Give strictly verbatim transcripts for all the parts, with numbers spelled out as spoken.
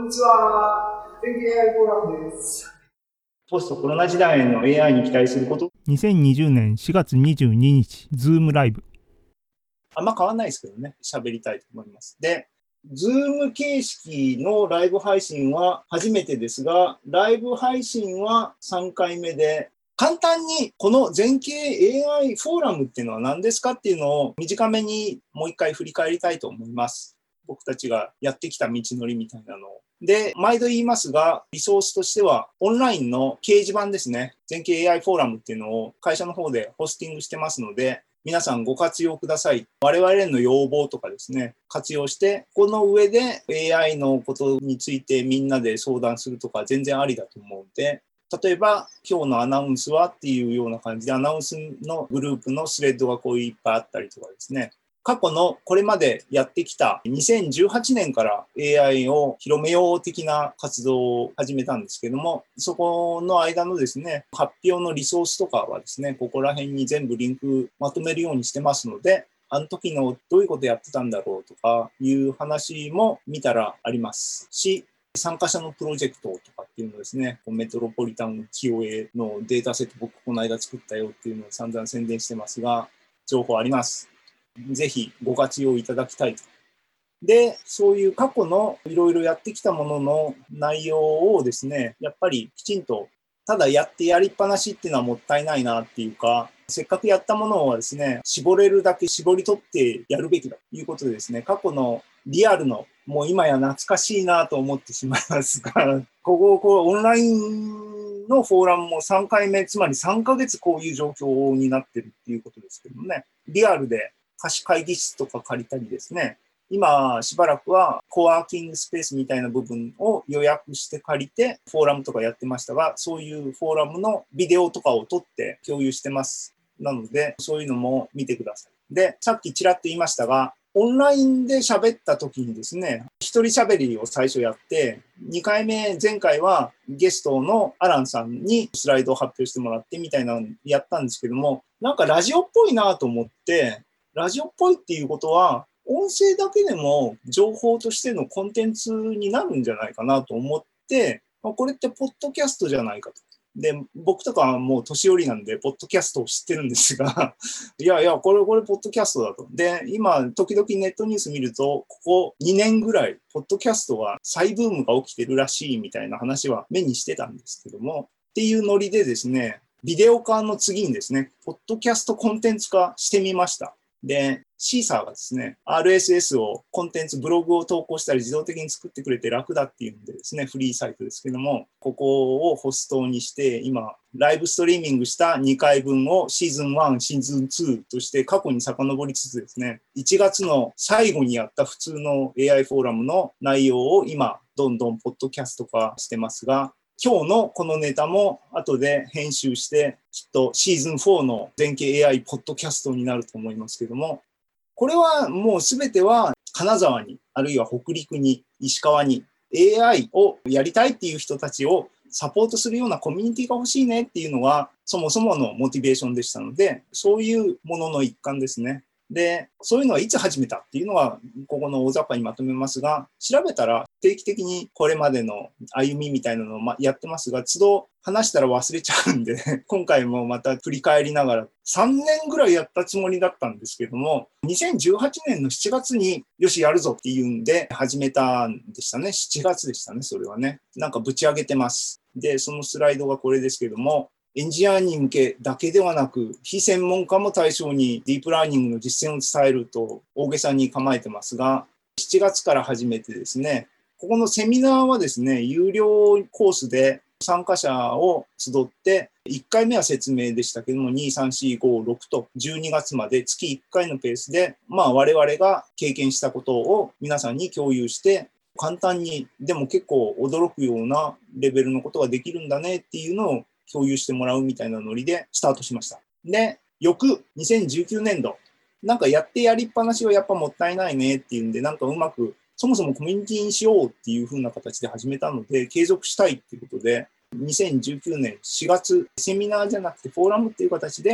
にちは。全景 エーアイ フォーラムです。 ポストコロナ時代の エーアイ に期待すること。 にせんにじゅうねんしがつにじゅうににち、ズームライブ。 あんま変わんないですけどね、喋りたいと思います。で、ズーム形式のライブ配信は初めてですが、ライブ配信はさんかいめで、簡単にこの全景 エーアイ フォーラムっていうのは何ですかっていうのを短めにもう一回振り返りたいと思います。僕たちがやってきた道のりみたいなのを。で、毎度言いますが、リソースとしてはオンラインの掲示板ですね。全景 エーアイ フォーラムっていうのを会社の方でホスティングしてますので、皆さんご活用ください。我々の要望とかですね、活用して、この上で エーアイ のことについてみんなで相談するとか全然ありだと思うので、例えば今日のアナウンスはっていうような感じでアナウンスのグループのスレッドがこういういっぱいあったりとかですね、過去のこれまでやってきたにせんじゅうはちねんから エーアイ を広めよう的な活動を始めたんですけども、そこの間のですね、発表のリソースとかはですね、ここら辺に全部リンクまとめるようにしてますので、あの時のどういうことやってたんだろうとかいう話も見たらありますし、参加者のプロジェクトとかっていうのですね、メトロポリタンキオエーのデータセット僕この間作ったよっていうのを散々宣伝してますが、情報あります。ぜひご活用いただきたいと。で、そういう過去のいろいろやってきたものの内容をですね、やっぱりきちんと、ただやってやりっぱなしっていうのはもったいないなっていうか、せっかくやったものはですね、絞れるだけ絞り取ってやるべきだということでですね、過去のリアルの、もう今や懐かしいなと思ってしまいますが、ここ、こうオンラインのフォーラムもさんかいめ、つまりさんかげつこういう状況になってるっていうことですけどもね、リアルで貸し会議室とか借りたりですね、今しばらくはコワーキングスペースみたいな部分を予約して借りてフォーラムとかやってましたが、そういうフォーラムのビデオとかを撮って共有してます。なので、そういうのも見てください。で、さっきちらっと言いましたが、オンラインで喋った時にですね、一人喋りを最初やって、にかいめ、前回はゲストのアランさんにスライドを発表してもらってみたいなのをやったんですけども、なんかラジオっぽいなと思って、ラジオっぽいっていうことは、音声だけでも情報としてのコンテンツになるんじゃないかなと思って、これってポッドキャストじゃないかと。で、僕とかはもう年寄りなんで、ポッドキャストを知ってるんですが、いやいや、これ、これ、ポッドキャストだと。で、今、時々ネットニュース見ると、ここにねんぐらい、ポッドキャストは再ブームが起きてるらしいみたいな話は目にしてたんですけども、っていうノリでですね、ビデオ化の次にですね、ポッドキャストコンテンツ化してみました。で、シーサーがですね、アールエスエス をコンテンツ、ブログを投稿したり自動的に作ってくれて楽だっていうんでですね、フリーサイトですけども、ここをホストにして、今、ライブストリーミングしたにかいぶんをシーズンワン、シーズンツーとして過去に遡りつつですね、いちがつの最後にやった普通の エーアイ フォーラムの内容を今、どんどんポッドキャスト化してますが、今日のこのネタも後で編集してきっとシーズンフォーの全景 エーアイ ポッドキャストになると思いますけども、これはもうすべては金沢にあるいは北陸に石川に エーアイ をやりたいっていう人たちをサポートするようなコミュニティが欲しいねっていうのがそもそものモチベーションでしたので、そういうものの一環ですね。で、そういうのはいつ始めたっていうのは、ここの大雑把にまとめますが、調べたら定期的にこれまでの歩みみたいなのをやってますが、都度話したら忘れちゃうんで、今回もまた振り返りながら、さんねんぐらいやったつもりだったんですけども、にせんじゅうはちねんのしちがつによしやるぞっていうんで始めたんでしたね。しちがつでしたね、それはね。なんかぶち上げてます。で、そのスライドがこれですけども、エンジニアに向けだけではなく、非専門家も対象にディープラーニングの実践を伝えると大げさに構えてますが、しちがつから始めてですね、ここのセミナーはですね、有料コースで参加者を集って、いっかいめは説明でしたけども、に、さん、よん、ご、ろくとじゅうにがつまで月いっかいのペースで、まあ我々が経験したことを皆さんに共有して、簡単に、でも結構驚くようなレベルのことができるんだねっていうのを共有してもらうみたいなノリでスタートしました。で、翌にせんじゅうきゅうねんど、なんかやってやりっぱなしはやっぱもったいないねっていうんで、なんかうまく、そもそもコミュニティにしようっていう風な形で始めたので、継続したいっていうことで、にせんじゅうきゅうねんしがつ、セミナーじゃなくてフォーラムっていう形で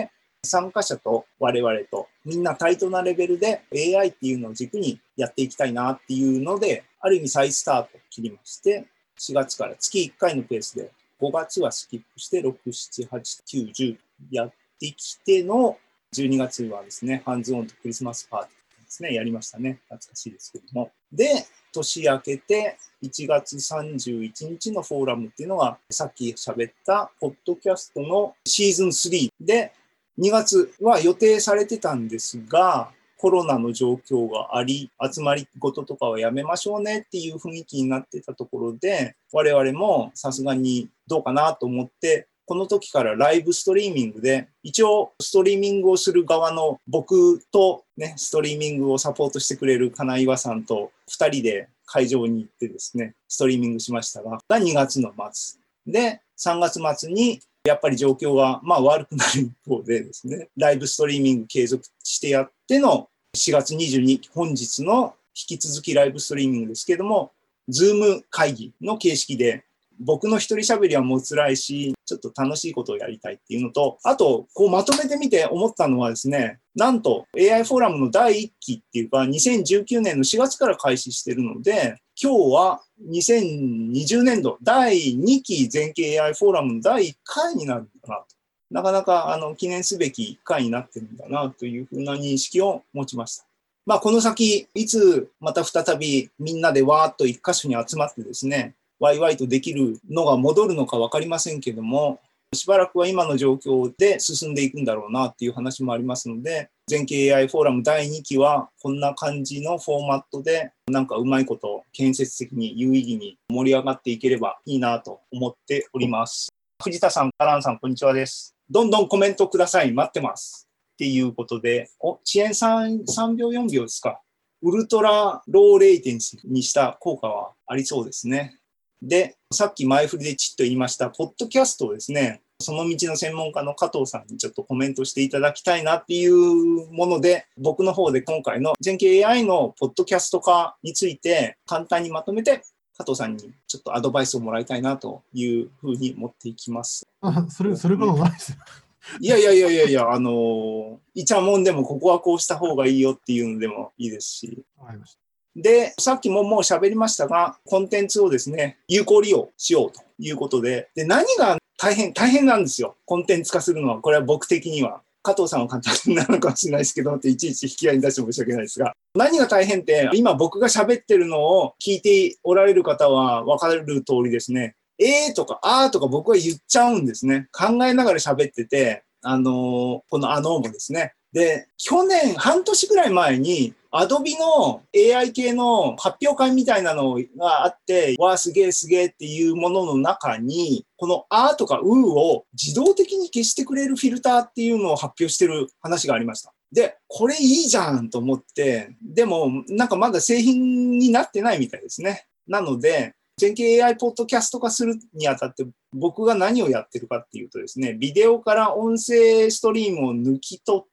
参加者と我々とみんな対等なレベルで エーアイ っていうのを軸にやっていきたいなっていうので、ある意味再スタートを切りまして、しがつから月いっかいのペースで、ごがつはスキップしてろく、しち、はち、きゅう、じゅうやってきての、じゅうにがつはですね、ハンズオンとクリスマスパーティーですね、やりましたね。懐かしいですけども。で、年明けていちがつさんじゅういちにちのフォーラムっていうのが、さっき喋ったポッドキャストのシーズンスリーで、にがつは予定されてたんですが、コロナの状況があり、集まり事とかはやめましょうねっていう雰囲気になってたところで、我々もさすがにどうかなと思って、この時からライブストリーミングで、一応ストリーミングをする側の僕とね、ストリーミングをサポートしてくれる金岩さんとふたりで会場に行ってですね、ストリーミングしましたが、がにがつの末。で、さんがつ末にやっぱり状況がまあ悪くなる一方でですね、ライブストリーミング継続してやってのしがつにじゅうににち、本日の引き続きライブストリーミングですけども、ズーム会議の形式で、僕の一人喋りはもう辛いし、ちょっと楽しいことをやりたいっていうのと、あと、こうまとめてみて思ったのはですね、なんと エーアイ フォーラムのだいいっきっていうか、にせんじゅうきゅうねんのしがつから開始してるので、今日はにせんにじゅうねんどだいにき全景 エーアイ フォーラムのだいいっかいになるんだなと。なかなかあの記念すべきいっかいになってるんだなというふうな認識を持ちました。まあこの先、いつまた再びみんなでわーっと一箇所に集まってですね、ワイワイとできるのが戻るのか分かりませんけども、しばらくは今の状況で進んでいくんだろうなっていう話もありますので、全景 エーアイ フォーラムだいにきはこんな感じのフォーマットで、なんかうまいこと建設的に有意義に盛り上がっていければいいなと思っております。藤田さん、アランさん、こんにちはです。どんどんコメントください。待ってます。っていうことで、お、遅延 3, さんびょうよんびょうですか。ウルトラローレイテンシにした効果はありそうですね。で、さっき前振りでちっと言いました、ポッドキャストをですね、その道の専門家の加藤さんにちょっとコメントしていただきたいなっていうもので、僕の方で今回の全景 エーアイ のポッドキャスト化について簡単にまとめて、加藤さんにちょっとアドバイスをもらいたいなというふうに持っていきます。 あ、それ、それことないですよ。 いやいやいやいやいや、あのー、いちゃもんでもここはこうした方がいいよっていうのでもいいですし。 わかりました。 で、さっきももう喋りましたが、コンテンツをですね、有効利用しようということで、で、何が大変、大変なんですよ。コンテンツ化するのは。これは僕的には。加藤さんは簡単になるのかもしれないですけど、っていちいち引き合いに出して申し訳ないですが、何が大変って、今僕が喋ってるのを聞いておられる方は分かる通りですね、えーとかあーとか僕は言っちゃうんですね。考えながら喋ってて、あのー、このあのーもですね。で、去年、半年ぐらい前に、アドビの エーアイ 系の発表会みたいなのがあって、わーすげーすげーっていうものの中に、このあーとかうーを自動的に消してくれるフィルターっていうのを発表してる話がありました。で、これいいじゃんと思って、でもなんかまだ製品になってないみたいですね。なので、全景 エーアイ ポッドキャスト化するにあたって僕が何をやってるかっていうとですね、ビデオから音声ストリームを抜き取って、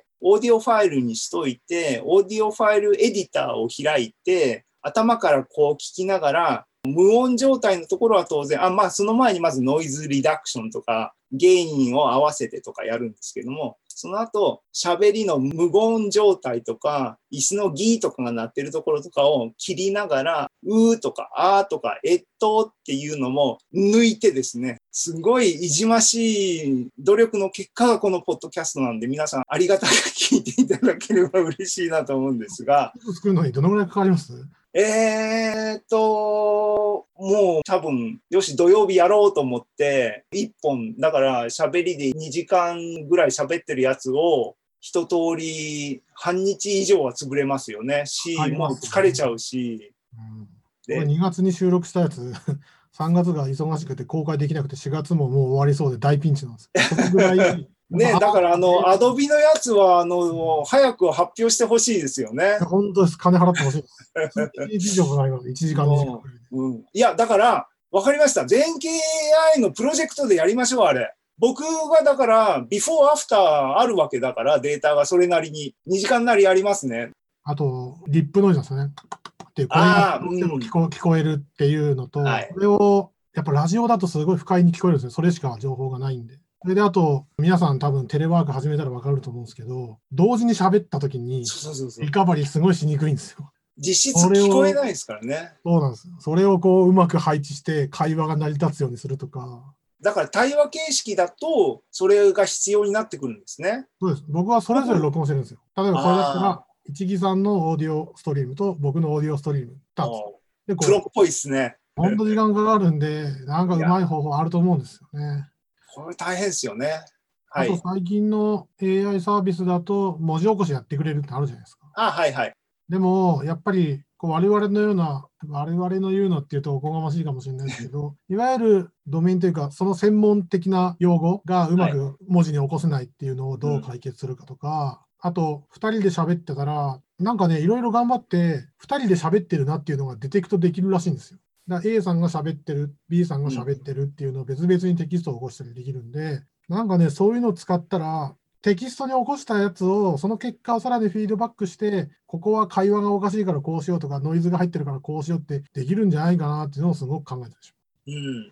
オーディオファイルにしといて、オーディオファイルエディターを開いて、頭からこう聞きながら、無音状態のところは当然、あ、まあその前にまずノイズリダクションとか、ゲインを合わせてとかやるんですけども、その後、喋りの無言状態とか、椅子のギーとかが鳴ってるところとかを切りながら、うーとかあーとかえっとっていうのも抜いてですね、すごいいじましい努力の結果がこのポッドキャストなんで、皆さんありがたく聞いていただければ嬉しいなと思うんですが。 作るのにどのぐらいかかります？ えーっと、もう多分、よし、土曜日やろうと思って、いっぽん、だから喋りでにじかんぐらい喋ってるやつを、一通り半日以上は潰れますよね。し、もう疲れちゃうし。 うん、 でこれにがつに収録したやつ、さんがつが忙しくて公開できなくて、しがつももう終わりそうで大ピンチなんです。そのぐらいね、だからあの、アドビのやつは、あの、早く発表してほしいですよね。 本当です。金払ってほしいです。いちにち以上かかります。いちじかん、にじかんくらいで。 うん。いや、だから、わかりました。全景 エーアイ のプロジェクトでやりましょう、あれ。僕がだから、ビフォーアフターあるわけだから、データがそれなりににじかんなりやりますね。 あと、リップノイズですよね。っていう、これがどうしても聞こ、うん、聞こえるっていうのと、はい、これを、やっぱラジオだとすごい不快に聞こえるんですよ。それしか情報がないんで。 それであと、皆さん多分テレワーク始めたら分かると思うんですけど、同時に喋った時にそうそうそう。 リカバリーすごいしにくいんですよ。 実質聞こえないですからね。 そうなんですよ。それをこううまく配置して会話が成り立つようにするとか。 だから対話形式だと、それが必要になってくるんですね。 そうです。僕はそれぞれ録音してるんですよ。例えばこれだったあら、一木さんのオーディオストリームと僕のオーディオストリームふたつ。 おで、こう、 プロっぽいですね。 ほんと時間かかるんで、なんかうまい方法あると思うんですよね。 これ大変ですよね。はあとい。 最近の エーアイ サービスだと文字起こしやってくれるってあるじゃないですか。 あ、はいはい。 でも、やっぱりこう我々のような、我々の言うのっていうとおこがましいかもしれないですけど、いわゆるドメインというか、その専門的な用語がうまく文字に起こせないっていうのをどう解決するかとか、あと、ふたりで喋ってたら、なんかね、いろいろ頑張って、ふたりで喋ってるなっていうのがデテクトできるらしいんですよ。だから A さんが喋ってる、B さんが喋ってるっていうのを別々にテキストを起こしたりできるんで、なんかね、そういうのを使ったら、テキストに起こしたやつを、その結果をさらにフィードバックして、ここは会話がおかしいからこうしようとか、ノイズが入ってるからこうしようってできるんじゃないかなっていうのをすごく考えてました。 うん。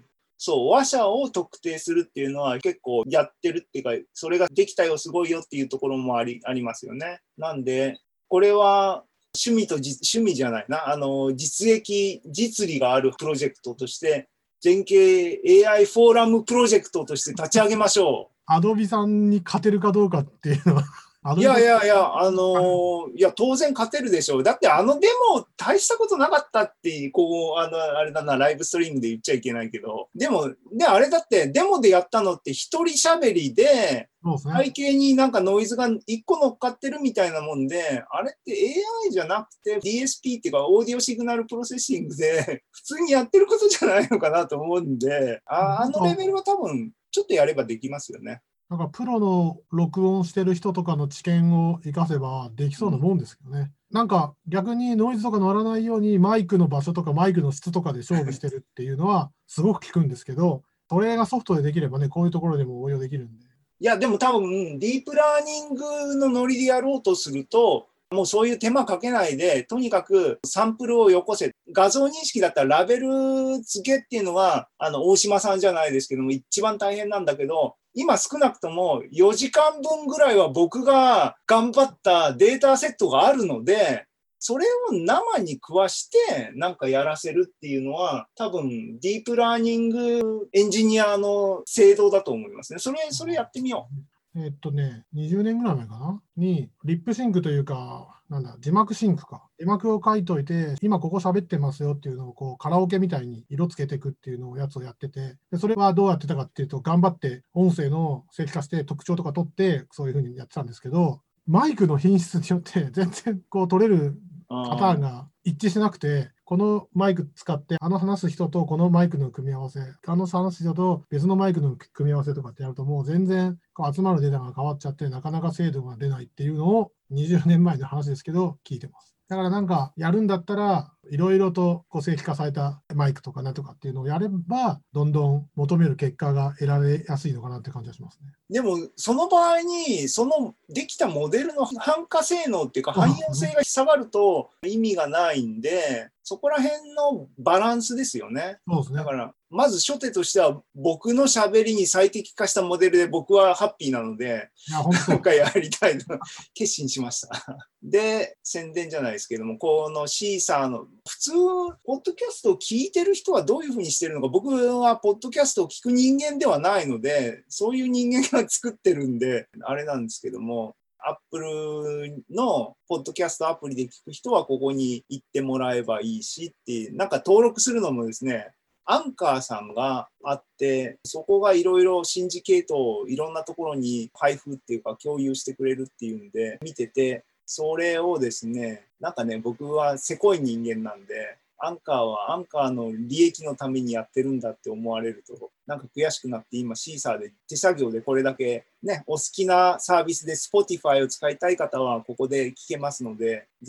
そう、話者を特定するっていうのは結構やってるっていうか、それができたよ、すごいよっていうところもあり、ありますよね。なんで、これは趣味とじ、趣味じゃないな、あの、実益、実利があるプロジェクトとして、全景 エーアイ フォーラムプロジェクトとして立ち上げましょう。 アドビさんに勝てるかどうかっていうのは、アドいビさんやいやいや、あのーいや、当然勝てるでしょう。だってあのデモ大したことなかったって、こう、あの、あれだな、ライブストリームで言っちゃいけないけど、でも、で、あれだってデモでやったのって一人喋りで、 そうですね。 背景になんかノイズが一個乗っかってるみたいなもんで、あれって エーアイ じゃなくて ディーエスピー っていうかオーディオシグナルプロセッシングで普通にやってることじゃないのかなと思うんで、あ、あのレベルは多分ちょっとやればできますよね。 なんかプロの録音してる人とかの知見を生かせばできそうなもんですけどね。うん、なんか逆にノイズとか乗らないようにマイクの場所とかマイクの質とかで勝負してるっていうのはすごく効くんですけど、それがソフトでできればね、こういうところでも応用できるんで。 いや、でも多分ディープラーニングのノリでやろうとすると、もうそういう手間かけないで、とにかくサンプルをよこせ。画像認識だったらラベル付けっていうのは、あの、大島さんじゃないですけども、一番大変なんだけど、今少なくともよじかんぶんぐらいは僕が頑張ったデータセットがあるので、それを生に食わしてなんかやらせるっていうのは多分ディープラーニングエンジニアの制度だと思いますね。それ、それやってみよう。 えっとね、にじゅうねんぐらい前かなに、リップシンクというか、なんだ、字幕シンクか。字幕を書いといて、今ここ喋ってますよっていうのをこうカラオケみたいに色つけていくっていうのをやつをやってて、でそれはどうやってたかっていうと、頑張って音声の正規化して特徴とか取って、そういうふうにやってたんですけど、マイクの品質によって全然こう取れるパターンが一致しなくて、このマイク使って、あの話す人とこのマイクの組み合わせ、あの話す人と別のマイクの組み合わせとかってやると、もう全然こう集まるデータが変わっちゃって、なかなか精度が出ないっていうのをにじゅうねんまえの話ですけど、聞いてます。だからなんかやるんだったら、いろいろとこう正規化されたマイクとかなんとかっていうのをやれば、どんどん求める結果が得られやすいのかなって感じがしますね。 でも、その場合に、そのできたモデルの汎化性能っていうか、汎用性が下がると意味がないんで、そこら辺のバランスですよね。 そうですね。 だから、まず初手としては、僕の喋りに最適化したモデルで僕はハッピーなので、 いや本当なんかやりたいと決心しました。で、宣伝じゃないですけども、このシーサーの、普通、ポッドキャストを聞いてる人はどういうふうにしてるのか、僕はポッドキャストを聞く人間ではないので、そういう人間が作ってるんで、あれなんですけども、アップルのポッドキャストアプリで聞く人はここに行ってもらえばいいしって、なんか登録するのもですね、アンカーさんがあって、そこがいろいろシンジケートをいろんなところに配布っていうか共有してくれるっていうんで、見てて、それをですね、なんかね、僕はせこい人間なんで、アンカーはアンカーの利益のためにやってるんだって思われると、なんか悔しくなって今シーサーで手作業でこれだけね、お好きなサービスで Spotify を使いたい方はここで聞けますので、ぜひ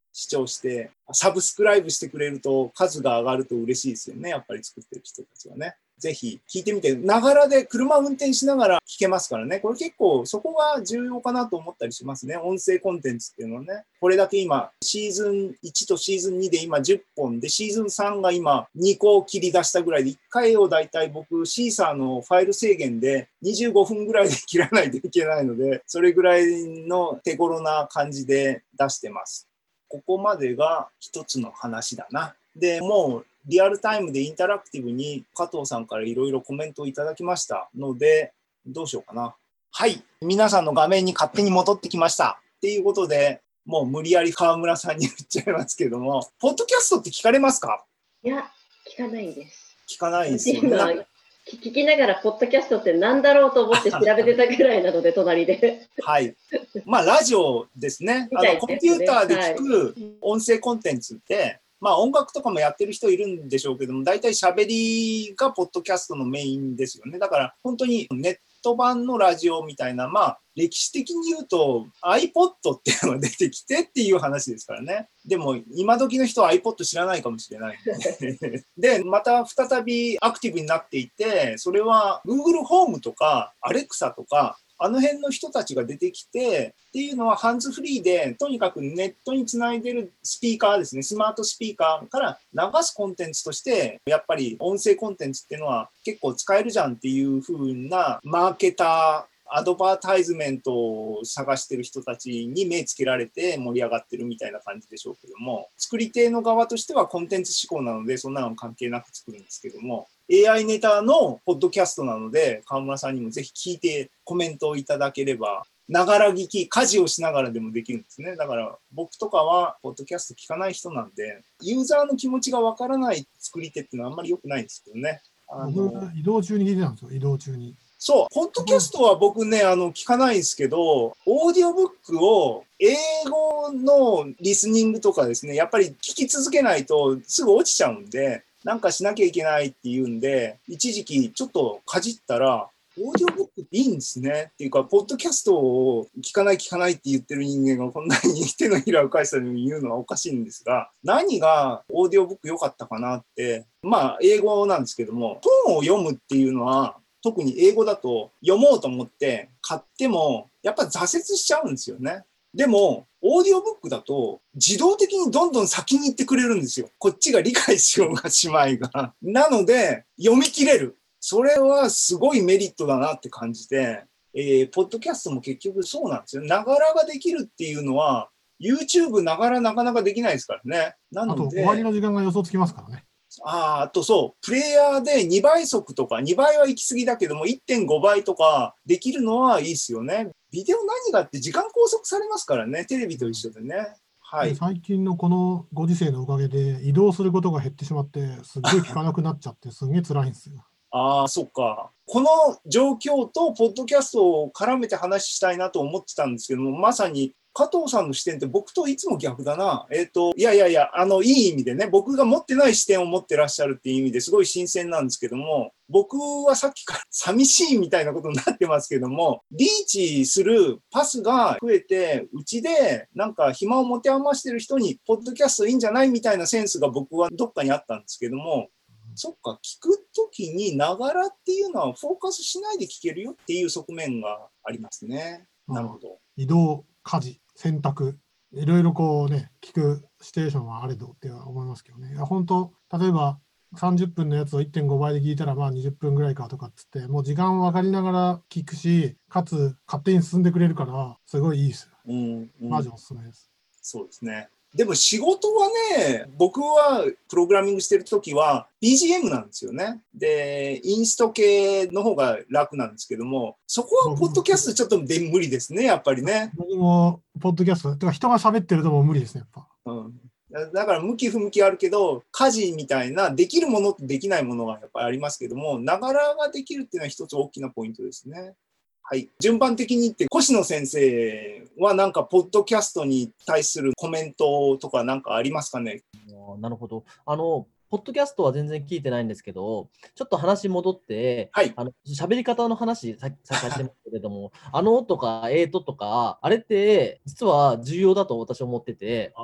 視聴して、サブスクライブしてくれると数が上がると嬉しいですよね。やっぱり作ってる人たちはね。ぜひ聞いてみて、ながらで車運転しながら聞けますからね。これ結構そこが重要かなと思ったりしますね。音声コンテンツっていうのはね。これだけ今、シーズンいちとシーズンにで今じゅっぽんで、シーズンさんが今にこ切り出したぐらいで、いっかいをだいたい僕、シーサーのファイル制限でにじゅうごふんぐらいで切らないといけないので、それぐらいの手頃な感じで出してます。ここまでが一つの話だな。で、もうリアルタイムでインタラクティブに加藤さんからいろいろコメントをいただきましたので、どうしようかな。はい。皆さんの画面に勝手に戻ってきました。っていうことで、もう無理やり川村さんに言っちゃいますけども、ポッドキャストって聞かれますか？ いや、聞かないです。 聞かないですよね。 聞きながら、ポッドキャストって何だろうと思って調べてたぐらいなので、隣で。 はい。まあ、ラジオですね。あの、コンピューターで聞く音声コンテンツって、まあ、音楽とかもやってる人いるんでしょうけども、大体喋りがポッドキャストのメインですよね。だから、本当にネット版のラジオみたいな、まあ、歴史的に言うと iPod っていうのが出てきてっていう話ですからね。でも、今時の人は iPod 知らないかもしれない。で、また再びアクティブになっていて、それは Google ホームとか Alexa とか、あの辺の人たちが出てきて、っていうのはハンズフリーで、とにかくネットにつないでるスピーカーですね、スマートスピーカーから流すコンテンツとして、やっぱり音声コンテンツっていうのは結構使えるじゃんっていう風なマーケター、アドバタイズメントを探してる人たちに目つけられて盛り上がってるみたいな感じでしょうけども、作り手の側としてはコンテンツ志向なので、そんなの関係なく作るんですけども、エーアイ ネタのポッドキャストなので、川村さんにもぜひ聞いてコメントをいただければ、ながら聞き、家事をしながらでもできるんですね。だから僕とかはポッドキャスト聞かない人なんで、ユーザーの気持ちがわからない作り手っていうのはあんまり良くないんですけどね。あの僕、移動中に聞いてたんですよ、移動中に。 そう、ポッドキャストは僕ね、あの、聞かないんですけど、オーディオブックを英語のリスニングとかですね、やっぱり聞き続けないとすぐ落ちちゃうんで、なんかしなきゃいけないっていうんで、一時期ちょっとかじったら、オーディオブックっていいんですね。っていうか、ポッドキャストを聞かない聞かないって言ってる人間がこんなに手のひらを返したように言うのはおかしいんですが、何がオーディオブック良かったかなって、まあ、英語なんですけども、本を読むっていうのは、特に英語だと読もうと思って買ってもやっぱ挫折しちゃうんですよね。でもオーディオブックだと自動的にどんどん先に行ってくれるんですよ。こっちが理解しようがしまいが。なので読み切れる。それはすごいメリットだなって感じて、えー、ポッドキャストも結局そうなんですよ。ながらができるっていうのは YouTube ながらなかなかできないですからね。なので、 あと終わりの時間が予想つきますからね。 あ, あとそう、プレイヤーでにばい速とか、にばいは行き過ぎだけども いってんごばいとかできるのはいいですよね。ビデオ何がって時間拘束されますからね、テレビと一緒でね。はい、 最近のこのご時世のおかげで移動することが減ってしまって、すっごい聞かなくなっちゃって、すんげえ辛いんですよ。 ああ、そっか。この状況とポッドキャストを絡めて話したいなと思ってたんですけども、まさに加藤さんの視点って僕といつも逆だな。えっと、いやいやいや、あの、いい意味でね、僕が持ってない視点を持ってらっしゃるっていう意味ですごい新鮮なんですけども、僕はさっきから寂しいみたいなことになってますけども、リーチするパスが増えて、うちでなんか暇を持て余してる人に、ポッドキャストいいんじゃないみたいなセンスが僕はどっかにあったんですけども、そっか、聞くときにながらっていうのはフォーカスしないで聞けるよっていう側面がありますね。なるほど。 移動、家事、洗濯、いろいろこうね、聞くシチュエーションはあれどって思いますけどね。いや本当、例えばさんじゅっぷんのやつをいってんごばいで聞いたらまあにじゅっぷんぐらいかとかっつって、もう時間分かりながら聞くし、かつ勝手に進んでくれるから、すごいいいですよ。 うんうん、 マジおすすめです。 そうですね。でも仕事はね、僕はプログラミングしてるときは ビージーエム なんですよね。で、インスト系の方が楽なんですけども、そこはポッドキャストちょっとで無理ですね、やっぱりね。 僕もポッドキャスト、てか人が喋ってるともう無理ですね、やっぱ。 うんだから向き不向きあるけど、家事みたいなできるものとできないものがやっぱりありますけども、ながらができるっていうのは一つ大きなポイントですね。はい、順番的に言って越野先生はなんかポッドキャストに対するコメントとかなんかありますかね。 なるほど。あのポッドキャストは全然聞いてないんですけど、ちょっと話戻って、 はい、 あの喋り方の話さっきさせてますけれども、あのとかえーととかあれって実は重要だと私は思ってて、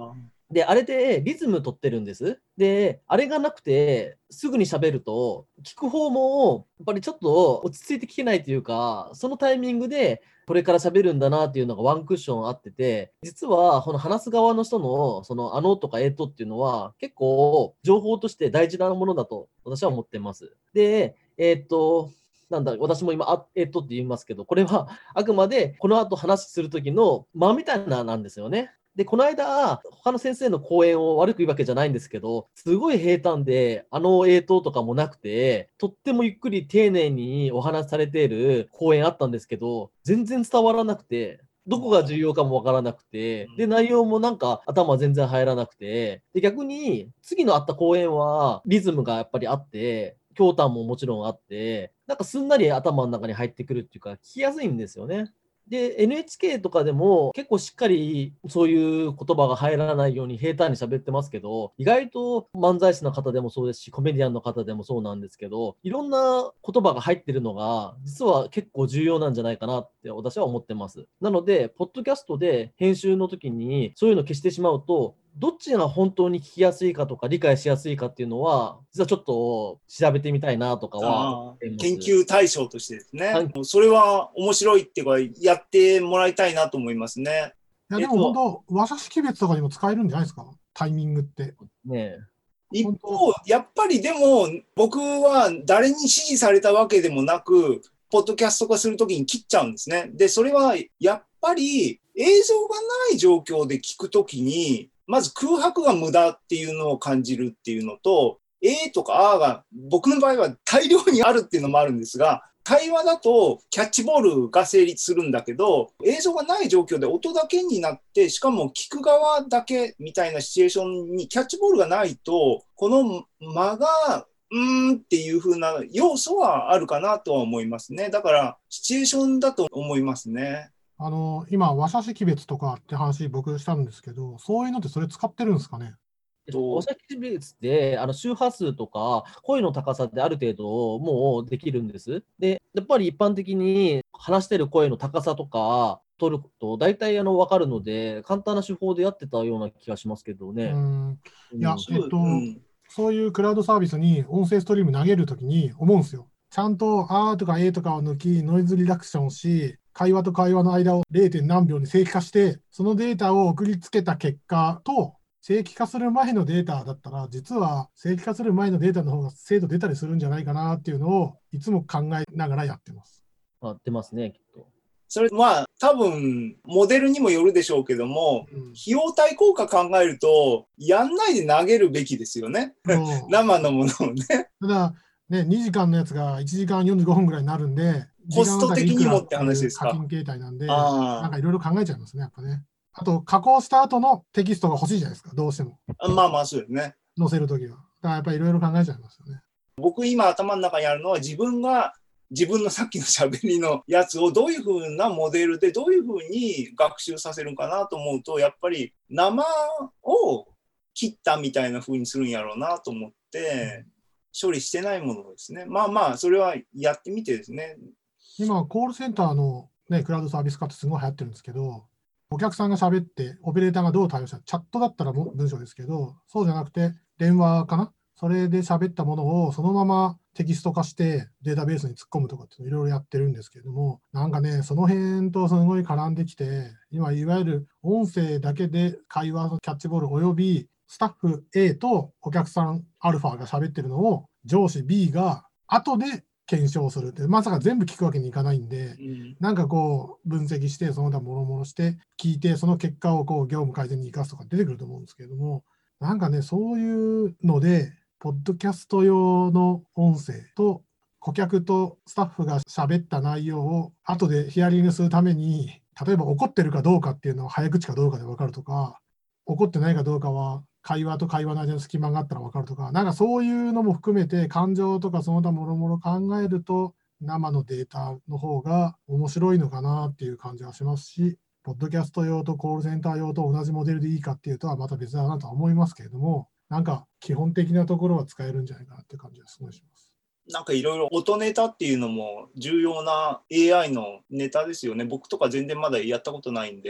で、あれでリズム取ってるんです。で、あれがなくて、すぐに喋ると、聞く方も、やっぱりちょっと落ち着いて聞けないというか、そのタイミングで、これから喋るんだなっていうのがワンクッションあってて、実は、この話す側の人の、その、あのとかえーとっていうのは、結構、情報として大事なものだと、私は思ってます。で、えーっと、なんだ、私も今、あえーっとって言いますけど、これはあくまで、この後話する時の間みたいななんですよね。で、この間、他の先生の講演を悪く言うわけじゃないんですけど、すごい平坦で、あの映像とかもなくて、とってもゆっくり丁寧にお話しされている講演あったんですけど、全然伝わらなくて、どこが重要かもわからなくて、で、内容もなんか頭全然入らなくて、で、逆に次のあった講演はリズムがやっぱりあって、強短ももちろんあって、なんかすんなり頭の中に入ってくるっていうか、聞きやすいんですよね。で、エヌエイチケー とかでも結構しっかりそういう言葉が入らないように平坦に喋ってますけど、意外と漫才師の方でもそうですし、コメディアンの方でもそうなんですけど、いろんな言葉が入ってるのが、実は結構重要なんじゃないかなって私は思ってます。なので、ポッドキャストで編集の時にそういうの消してしまうと、どっちが本当に聞きやすいかとか理解しやすいかっていうのは、実はちょっと調べてみたいなとかは思あっています。 研究対象としてですねはい。 それは面白いっていうか、やってもらいたいなと思いますね。 いや、でえっとも本当、話者識別とかにも使えるんじゃないですか、タイミングって。 ね一本方、やっぱりでも、僕は誰に指示されたわけでもなく、ポッドキャスト化するときに切っちゃうんですね。で、それはやっぱり映像がない状況で聞くときに、まず空白が無駄っていうのを感じるっていうのと、えーとかあーが僕の場合は大量にあるっていうのもあるんですが、会話だとキャッチボールが成立するんだけど、映像がない状況で音だけになって、しかも聞く側だけみたいなシチュエーションにキャッチボールがないと、この間が、うーんっていう風な要素はあるかなとは思いますね。だから、シチュエーションだと思いますね。 あの、今、話者識別とかって話僕したんですけど、そういうのってそれ使ってるんですかね。 おしゃべりで、あの周波数とか声の高さってある程度もうできるんです。で、やっぱり一般的に話してる声の高さとか取ると大体あの分かるので、簡単な手法でやってたような気がしますけどうね。 ん。いや、 うんえっと、 うんそういうクラウドサービスに音声ストリーム投げるときに思うんですよ。ちゃんとあーとかえーとかを抜き、ノイズリダクションをし、会話と会話の間を ゼロ. 何秒に正規化して、そのデータを送りつけた結果と、正規化する前のデータだったら、実は正規化する前のデータの方が精度出たりするんじゃないかなっていうのを、いつも考えながらやってます。 あ出ますね、きっと。 それまあ多分モデルにもよるでしょうけども、 うん、 費用対効果考えるとやんないで投げるべきですよね。 そう生のものをね。 ただ、ね、にじかんのやつがいちじかんよんじゅうごふんぐらいになるんで、 コスト的にもって時間あたりいくら話ですか課金形態なんで、 あーなんかいろいろ考えちゃいますね、やっぱね。あと、加工した後のテキストが欲しいじゃないですか、どうしても。 あまあまあそうですね。 載せるときは。だからやっぱりいろいろ考えちゃいますよね。 僕今頭の中にあるのは自分が自分のさっきのしゃべりのやつをどういうふうなモデルでどういうふうに学習させるかなと思うと、やっぱり生を切ったみたいなふうにするんやろうなと思って処理してないものですね。まあまあそれはやってみてですね。 今、コールセンターの、ね、クラウドサービス化ってすごい流行ってるんですけど、お客さんが喋って、オペレーターがどう対応した、チャットだったらも文章ですけど、そうじゃなくて、電話かな、それで喋ったものをそのままテキスト化してデータベースに突っ込むとかっていろいろやってるんですけれども、なんかね、その辺とすごい絡んできて、今、いわゆる音声だけで会話のキャッチボールおよび、スタッフ A とお客さん α が喋ってるのを上司 B が後で検証するって、まさか全部聞くわけにいかないんで、 うん、 なんかこう分析して、その他もろもろして聞いて、その結果をこう業務改善に生かすとか出てくると思うんですけれども、なんかね、そういうので、ポッドキャスト用の音声と顧客とスタッフが喋った内容を後でヒアリングするために、例えば怒ってるかどうかっていうのは早口かどうかで分かるとか、怒ってないかどうかは会話と会話の間に隙間があったら分かるとか、なんかそういうのも含めて感情とかその他もろもろ考えると、生のデータの方が面白いのかなっていう感じはしますし、ポッドキャスト用とコールセンター用と同じモデルでいいかっていうとはまた別だなとは思いますけれども、なんか基本的なところは使えるんじゃないかなっていう感じがすごいします。 なんかいろいろ音ネタっていうのも重要な エーアイ のネタですよね。僕とか全然まだやったことないんで、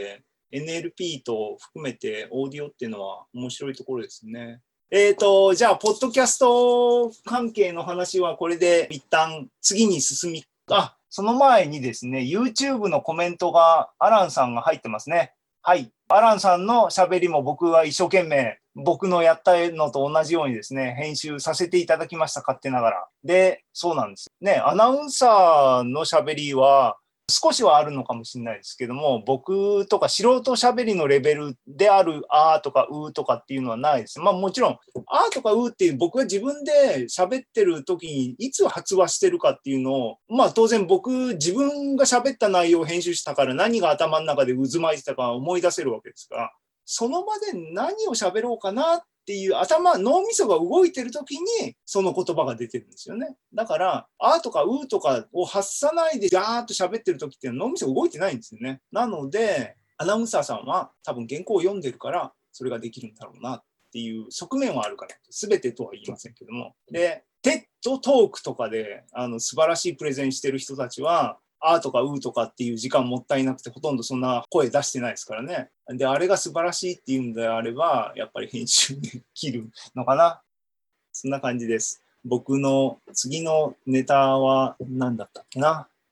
エヌエルピー と含めてオーディオっていうのは面白いところですね。えーと、じゃあ、ポッドキャスト関係の話はこれで一旦次に進み、あ、その前にですね、YouTube のコメントがアランさんが入ってますね。はい。アランさんの喋りも僕は一生懸命、僕のやったのと同じようにですね、編集させていただきました、勝手ながら。で、そうなんです。ね、アナウンサーの喋りは、少しはあるのかもしれないですけども、僕とか素人喋りのレベルであるあーとかうーとかっていうのはないです。まあもちろん、あーとかうーっていう僕が自分で喋ってる時にいつ発話してるかっていうのを、まあ当然僕自分が喋った内容を編集したから何が頭の中で渦巻いてたか思い出せるわけですが、その場で何を喋ろうかなっていう頭、脳みそが動いてる時にその言葉が出てるんですよね。だから、あーとかうーとかを発さないでガーッと喋ってる時っていうのは脳みそが動いてないんですよね。なので、アナウンサーさんは多分原稿を読んでるからそれができるんだろうなっていう側面はあるから、全てとは言いませんけども。で、テッドトークとかであの素晴らしいプレゼンしてる人たちは、あーとかうーとかっていう時間もったいなくてほとんどそんな声出してないですからね。で、あれが素晴らしいっていうんであれば、やっぱり編集できるのかな。そんな感じです。僕の次のネタは何だったっけな。